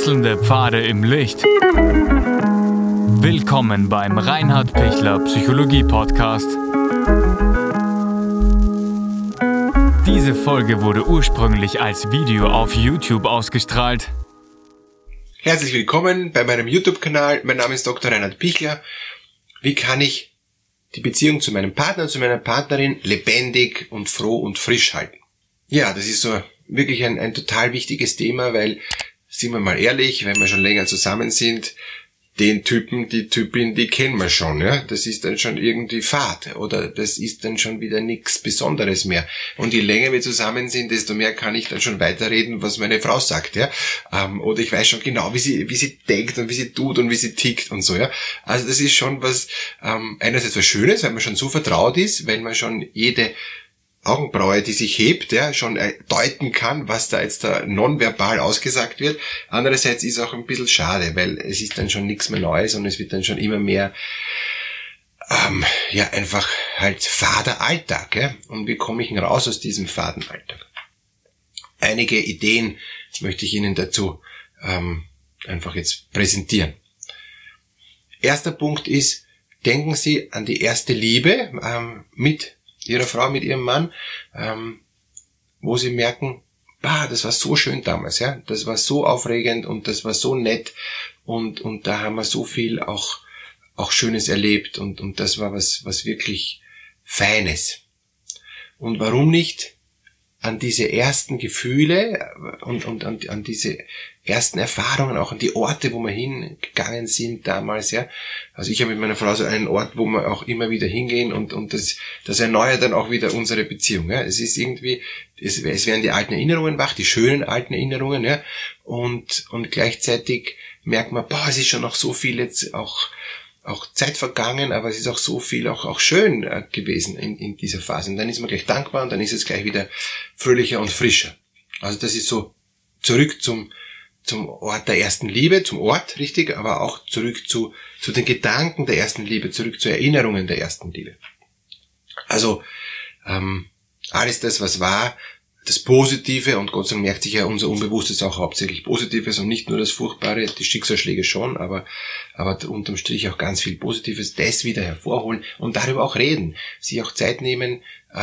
Wechselnde Pfade im Licht. Willkommen beim Reinhard Pichler Psychologie Podcast. Diese Folge wurde ursprünglich als Video auf YouTube ausgestrahlt. Herzlich willkommen bei meinem YouTube-Kanal. Mein Name ist Dr. Reinhard Pichler. Wie kann ich die Beziehung zu meinem Partner, zu meiner Partnerin lebendig und froh und frisch halten? Ja, das ist so wirklich ein total wichtiges Thema, weil, sind wir mal ehrlich, wenn wir schon länger zusammen sind, den Typen, die Typin, die kennen wir schon, ja. Das ist dann schon irgendwie fad oder das ist dann schon wieder nichts Besonderes mehr. Und je länger wir zusammen sind, desto mehr kann ich dann schon weiterreden, was meine Frau sagt, ja. Oder ich weiß schon genau, wie sie denkt und wie sie tut und wie sie tickt und so, ja. Also das ist schon was, einerseits was Schönes, weil man schon so vertraut ist, weil man schon jede Augenbraue, die sich hebt, ja, schon deuten kann, was da jetzt da nonverbal ausgesagt wird. Andererseits ist auch ein bisschen schade, weil es ist dann schon nichts mehr Neues und es wird dann schon immer mehr, einfach halt fader Alltag, ja. Und wie komme ich denn raus aus diesem faden Alltag? Einige Ideen möchte ich Ihnen dazu einfach jetzt präsentieren. Erster Punkt ist, denken Sie an die erste Liebe mit Ihrer Frau, mit Ihrem Mann, wo Sie merken, das war so schön damals, ja, das war so aufregend und das war so nett und da haben wir so viel auch Schönes erlebt und das war was wirklich Feines. Und warum nicht an diese ersten Gefühle und an diese ersten Erfahrungen, auch an die Orte, wo wir hingegangen sind damals, ja. Also ich habe mit meiner Frau so einen Ort, wo wir auch immer wieder hingehen und das erneuert dann auch wieder unsere Beziehung, ja. Es ist irgendwie, es werden die alten Erinnerungen wach, die schönen alten Erinnerungen, ja. Und gleichzeitig merkt man, es ist schon noch so viel jetzt auch Zeit vergangen, aber es ist auch so viel auch schön gewesen in dieser Phase. Und dann ist man gleich dankbar und dann ist es gleich wieder fröhlicher und frischer. Also das ist so zurück zum Ort der ersten Liebe, zum Ort, richtig, aber auch zurück zu den Gedanken der ersten Liebe, zurück zu Erinnerungen der ersten Liebe. Also alles das, was war, das Positive, und Gott sei Dank merkt sich ja unser Unbewusstes auch hauptsächlich Positives und nicht nur das Furchtbare, die Schicksalsschläge schon, aber unterm Strich auch ganz viel Positives, das wieder hervorholen und darüber auch reden, sich auch Zeit nehmen,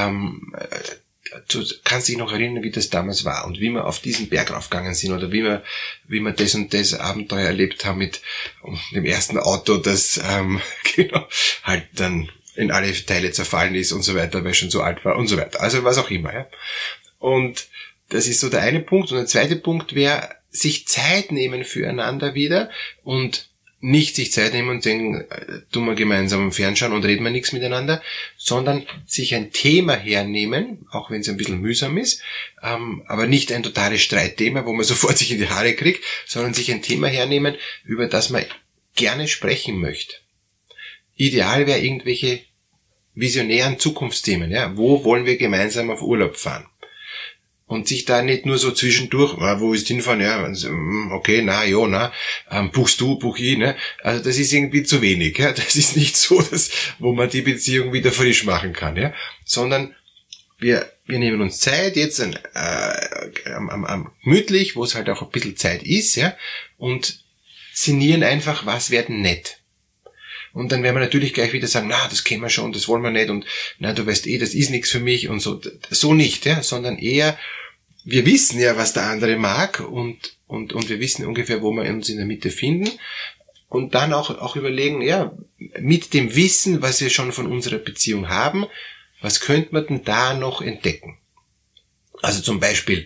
kannst dich noch erinnern, wie das damals war und wie wir auf diesen Berg raufgegangen sind oder wie wir das und das Abenteuer erlebt haben mit dem ersten Auto, das halt dann in alle Teile zerfallen ist und so weiter, weil es schon so alt war und so weiter. Also was auch immer, ja. Und das ist so der eine Punkt. Und der zweite Punkt wäre, sich Zeit nehmen füreinander wieder und nicht sich Zeit nehmen und denken, tun wir gemeinsam fernschauen und reden wir nichts miteinander, sondern sich ein Thema hernehmen, auch wenn es ein bisschen mühsam ist, aber nicht ein totales Streitthema, wo man sofort sich in die Haare kriegt, sondern sich ein Thema hernehmen, über das man gerne sprechen möchte. Ideal wäre irgendwelche visionären Zukunftsthemen, ja. Wo wollen wir gemeinsam auf Urlaub fahren? Und sich da nicht nur so zwischendurch, wo ist hinfahren, ja, okay, buchst du, buch ich, ne? Also das ist irgendwie zu wenig, ja. Das ist nicht so, wo man die Beziehung wieder frisch machen kann, ja. Sondern wir nehmen uns Zeit, jetzt gemütlich, wo es halt auch ein bisschen Zeit ist, ja, und sinnieren einfach, was werden nett. Und dann werden wir natürlich gleich wieder sagen, das kennen wir schon, das wollen wir nicht und du weißt das ist nichts für mich und so. So nicht, ja, sondern eher, wir wissen ja, was der andere mag und wir wissen ungefähr, wo wir uns in der Mitte finden und dann auch überlegen, ja, mit dem Wissen, was wir schon von unserer Beziehung haben, was könnte man denn da noch entdecken? Also zum Beispiel,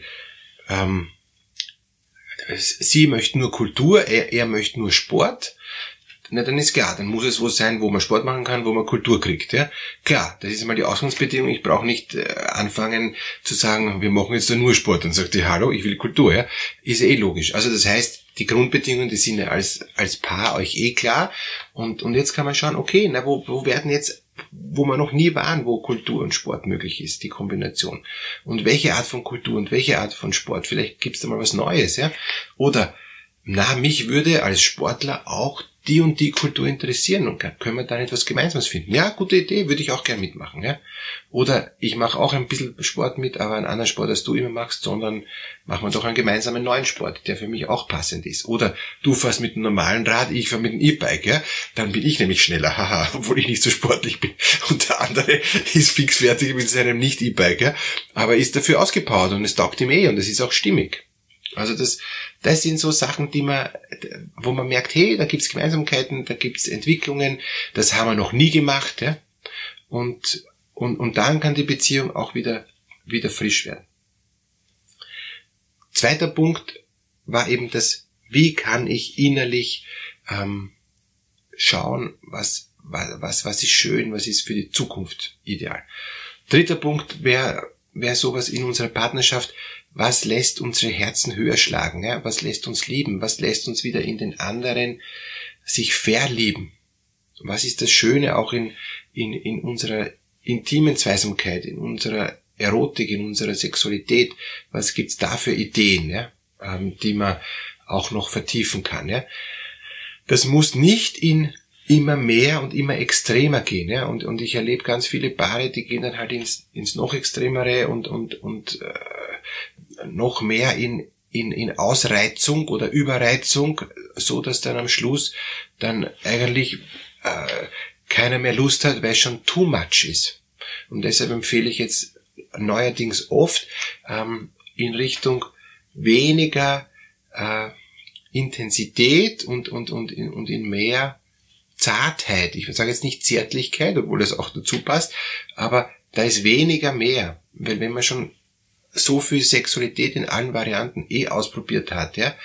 sie möchte nur Kultur, er möchte nur Sport. Na, dann ist klar, dann muss es wo sein, wo man Sport machen kann, wo man Kultur kriegt, ja. Klar, das ist einmal die Ausgangsbedingung. Ich brauche nicht anfangen zu sagen, wir machen jetzt nur Sport. Dann sagt die, hallo, ich will Kultur, ja. Ist ja logisch. Also das heißt, die Grundbedingungen, die sind ja als Paar euch klar. Und jetzt kann man schauen, okay, wo werden jetzt, wo wir noch nie waren, wo Kultur und Sport möglich ist, die Kombination. Und welche Art von Kultur und welche Art von Sport? Vielleicht gibt's da mal was Neues, ja. Oder, mich würde als Sportler auch die und die Kultur interessieren und können wir da etwas Gemeinsames finden? Ja, gute Idee, würde ich auch gern mitmachen. Ja? Oder ich mache auch ein bisschen Sport mit, aber einen anderen Sport, als du immer machst, sondern machen wir doch einen gemeinsamen neuen Sport, der für mich auch passend ist. Oder du fährst mit einem normalen Rad, ich fahre mit einem E-Bike. Ja? Dann bin ich nämlich schneller, haha, obwohl ich nicht so sportlich bin. Und der andere ist fix fertig mit seinem Nicht-E-Bike, ja? Aber ist dafür ausgepowert und es taugt ihm und es ist auch stimmig. Also das sind so Sachen, wo man merkt, hey, da gibt's Gemeinsamkeiten, da gibt's Entwicklungen, das haben wir noch nie gemacht, ja. Und dann kann die Beziehung auch wieder frisch werden. Zweiter Punkt war eben das, wie kann ich innerlich schauen, was ist schön, was ist für die Zukunft ideal. Dritter Punkt wäre sowas in unserer Partnerschaft, was lässt unsere Herzen höher schlagen, ja? Was lässt uns lieben, was lässt uns wieder in den anderen sich verlieben. Was ist das Schöne auch in unserer intimen Zweisamkeit, in unserer Erotik, in unserer Sexualität, was gibt's da für Ideen, ja? Die man auch noch vertiefen kann. Ja? Das muss nicht in immer mehr und immer extremer gehen, ja, und ich erlebe ganz viele Paare, die gehen dann halt ins noch extremere und noch mehr in Ausreizung oder Überreizung, so dass dann am Schluss dann eigentlich keiner mehr Lust hat, weil es schon too much ist. Und deshalb empfehle ich jetzt neuerdings oft in Richtung weniger Intensität und in mehr Zartheit. Ich sage jetzt nicht Zärtlichkeit, obwohl das auch dazu passt, aber da ist weniger mehr. Weil wenn man schon so viel Sexualität in allen Varianten ausprobiert hat, ja,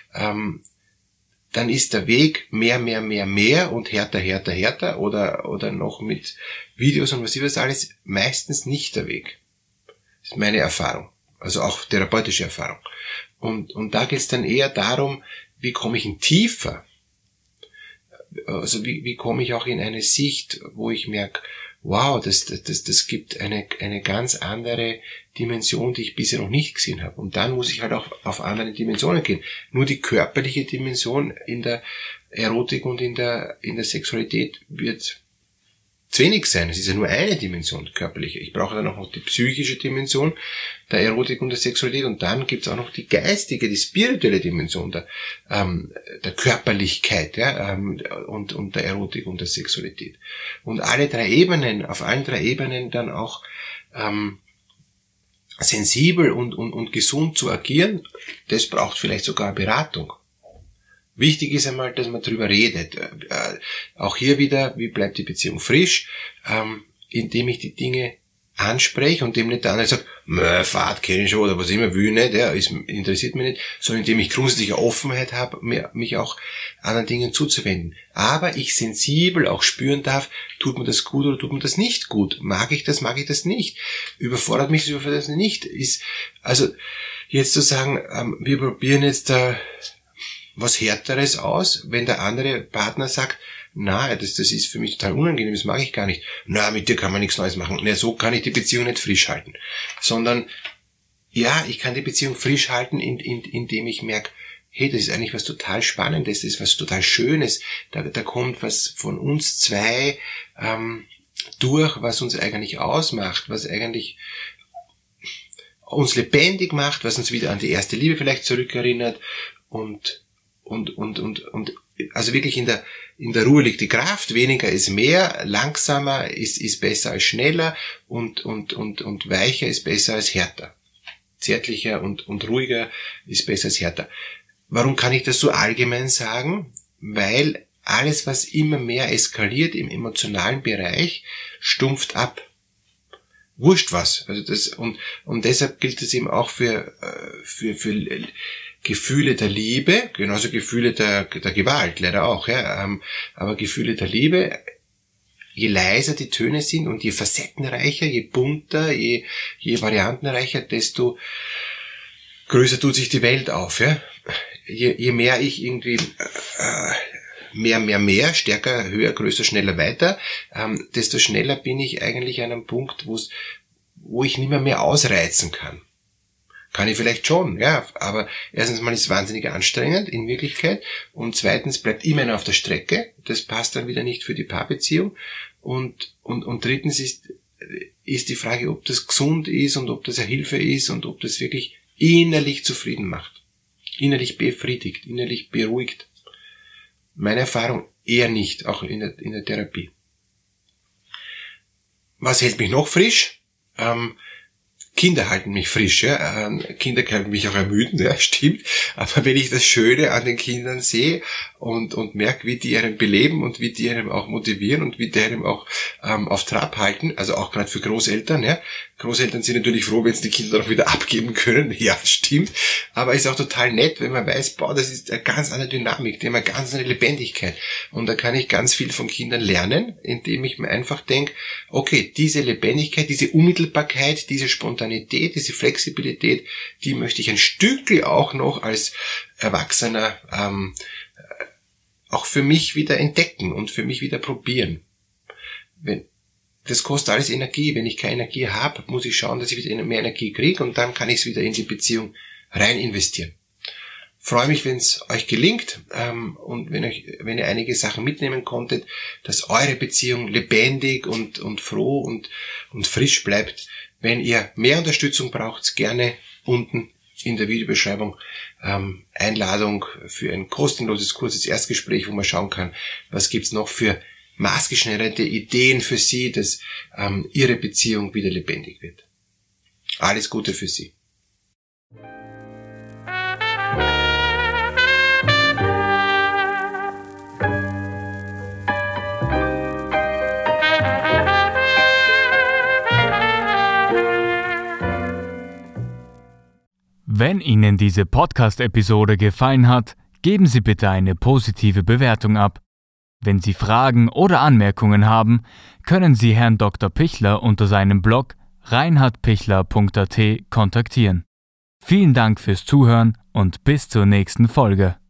dann ist der Weg mehr und härter oder noch mit Videos und was ich weiß alles meistens nicht der Weg. Das ist meine Erfahrung. Also auch therapeutische Erfahrung. Und da geht es dann eher darum, wie komme ich in tiefer? Also wie komme ich auch in eine Sicht, wo ich merke, wow, das gibt eine ganz andere Dimension, die ich bisher noch nicht gesehen habe. Und dann muss ich halt auch auf andere Dimensionen gehen. Nur die körperliche Dimension in der Erotik und in der Sexualität wird zu wenig sein. Es ist ja nur eine Dimension, körperliche. Ich brauche dann auch noch die psychische Dimension der Erotik und der Sexualität und dann gibt es auch noch die geistige, die spirituelle Dimension der Körperlichkeit, ja, und der Erotik und der Sexualität. Und auf allen drei Ebenen dann auch sensibel und gesund zu agieren, das braucht vielleicht sogar Beratung. Wichtig ist einmal, dass man drüber redet. Auch hier wieder, wie bleibt die Beziehung frisch, indem ich die Dinge anspreche und dem nicht der andere sagt, Fahrt kenne ich schon oder was immer will nicht, ja, interessiert mich nicht, sondern indem ich grundsätzliche Offenheit habe, mich auch anderen Dingen zuzuwenden. Aber ich sensibel auch spüren darf, tut mir das gut oder tut mir das nicht gut? Mag ich das nicht? Überfordert mich das nicht? Also jetzt zu sagen, wir probieren jetzt was Härteres aus, wenn der andere Partner sagt, na, das ist für mich total unangenehm, das mag ich gar nicht. Na, mit dir kann man nichts Neues machen. Na, so kann ich die Beziehung nicht frisch halten. Sondern, ja, ich kann die Beziehung frisch halten, indem ich merke, hey, das ist eigentlich was total Spannendes, das ist was total Schönes. Da kommt was von uns zwei durch, was uns eigentlich ausmacht, was eigentlich uns lebendig macht, was uns wieder an die erste Liebe vielleicht zurückerinnert und also wirklich in der Ruhe liegt die Kraft, weniger ist mehr, langsamer ist besser als schneller und weicher ist besser als härter. Zärtlicher und ruhiger ist besser als härter. Warum kann ich das so allgemein sagen? Weil alles, was immer mehr eskaliert im emotionalen Bereich, stumpft ab. Wurscht was. Also das, und deshalb gilt es eben auch für Gefühle der Liebe, genauso Gefühle der Gewalt, leider auch, ja, aber Gefühle der Liebe, je leiser die Töne sind und je facettenreicher, je bunter, je variantenreicher, desto größer tut sich die Welt auf, ja. Je mehr ich irgendwie mehr, stärker, höher, größer, schneller, weiter, desto schneller bin ich eigentlich an einem Punkt, wo ich nicht mehr ausreizen kann. Kann ich vielleicht schon, ja, aber erstens mal ist es wahnsinnig anstrengend in Wirklichkeit und zweitens bleibt immer einer auf der Strecke. Das passt dann wieder nicht für die Paarbeziehung und drittens ist die Frage, ob das gesund ist und ob das eine Hilfe ist und ob das wirklich innerlich zufrieden macht, innerlich befriedigt, innerlich beruhigt. Meine Erfahrung eher nicht, auch in der Therapie. Was hält mich noch frisch? Kinder halten mich frisch, ja. Kinder können mich auch ermüden, ja, stimmt. Aber wenn ich das Schöne an den Kindern sehe und merke, wie die einen beleben und wie die einen auch motivieren und wie die einen auch auf Trab halten, also auch gerade für Großeltern, ja. Großeltern sind natürlich froh, wenn sie die Kinder auch wieder abgeben können, ja, stimmt. Aber ist auch total nett, wenn man weiß, boah, das ist eine ganz andere Dynamik, die haben eine ganz andere Lebendigkeit. Und da kann ich ganz viel von Kindern lernen, indem ich mir einfach denke, okay, diese Lebendigkeit, diese Unmittelbarkeit, diese Spontanität, diese Flexibilität, die möchte ich ein Stückchen auch noch als Erwachsener auch für mich wieder entdecken und für mich wieder probieren. Das kostet alles Energie. Wenn ich keine Energie habe, muss ich schauen, dass ich wieder mehr Energie kriege und dann kann ich es wieder in die Beziehung rein investieren. Freue mich, wenn es euch gelingt und wenn ihr einige Sachen mitnehmen konntet, dass eure Beziehung lebendig und froh und frisch bleibt. Wenn ihr mehr Unterstützung braucht, gerne unten in der Videobeschreibung Einladung für ein kostenloses, kurzes Erstgespräch, wo man schauen kann, was gibt's noch für maßgeschneiderte Ideen für Sie, dass Ihre Beziehung wieder lebendig wird. Alles Gute für Sie. Wenn Ihnen diese Podcast-Episode gefallen hat, geben Sie bitte eine positive Bewertung ab. Wenn Sie Fragen oder Anmerkungen haben, können Sie Herrn Dr. Pichler unter seinem Blog reinhardpichler.at kontaktieren. Vielen Dank fürs Zuhören und bis zur nächsten Folge.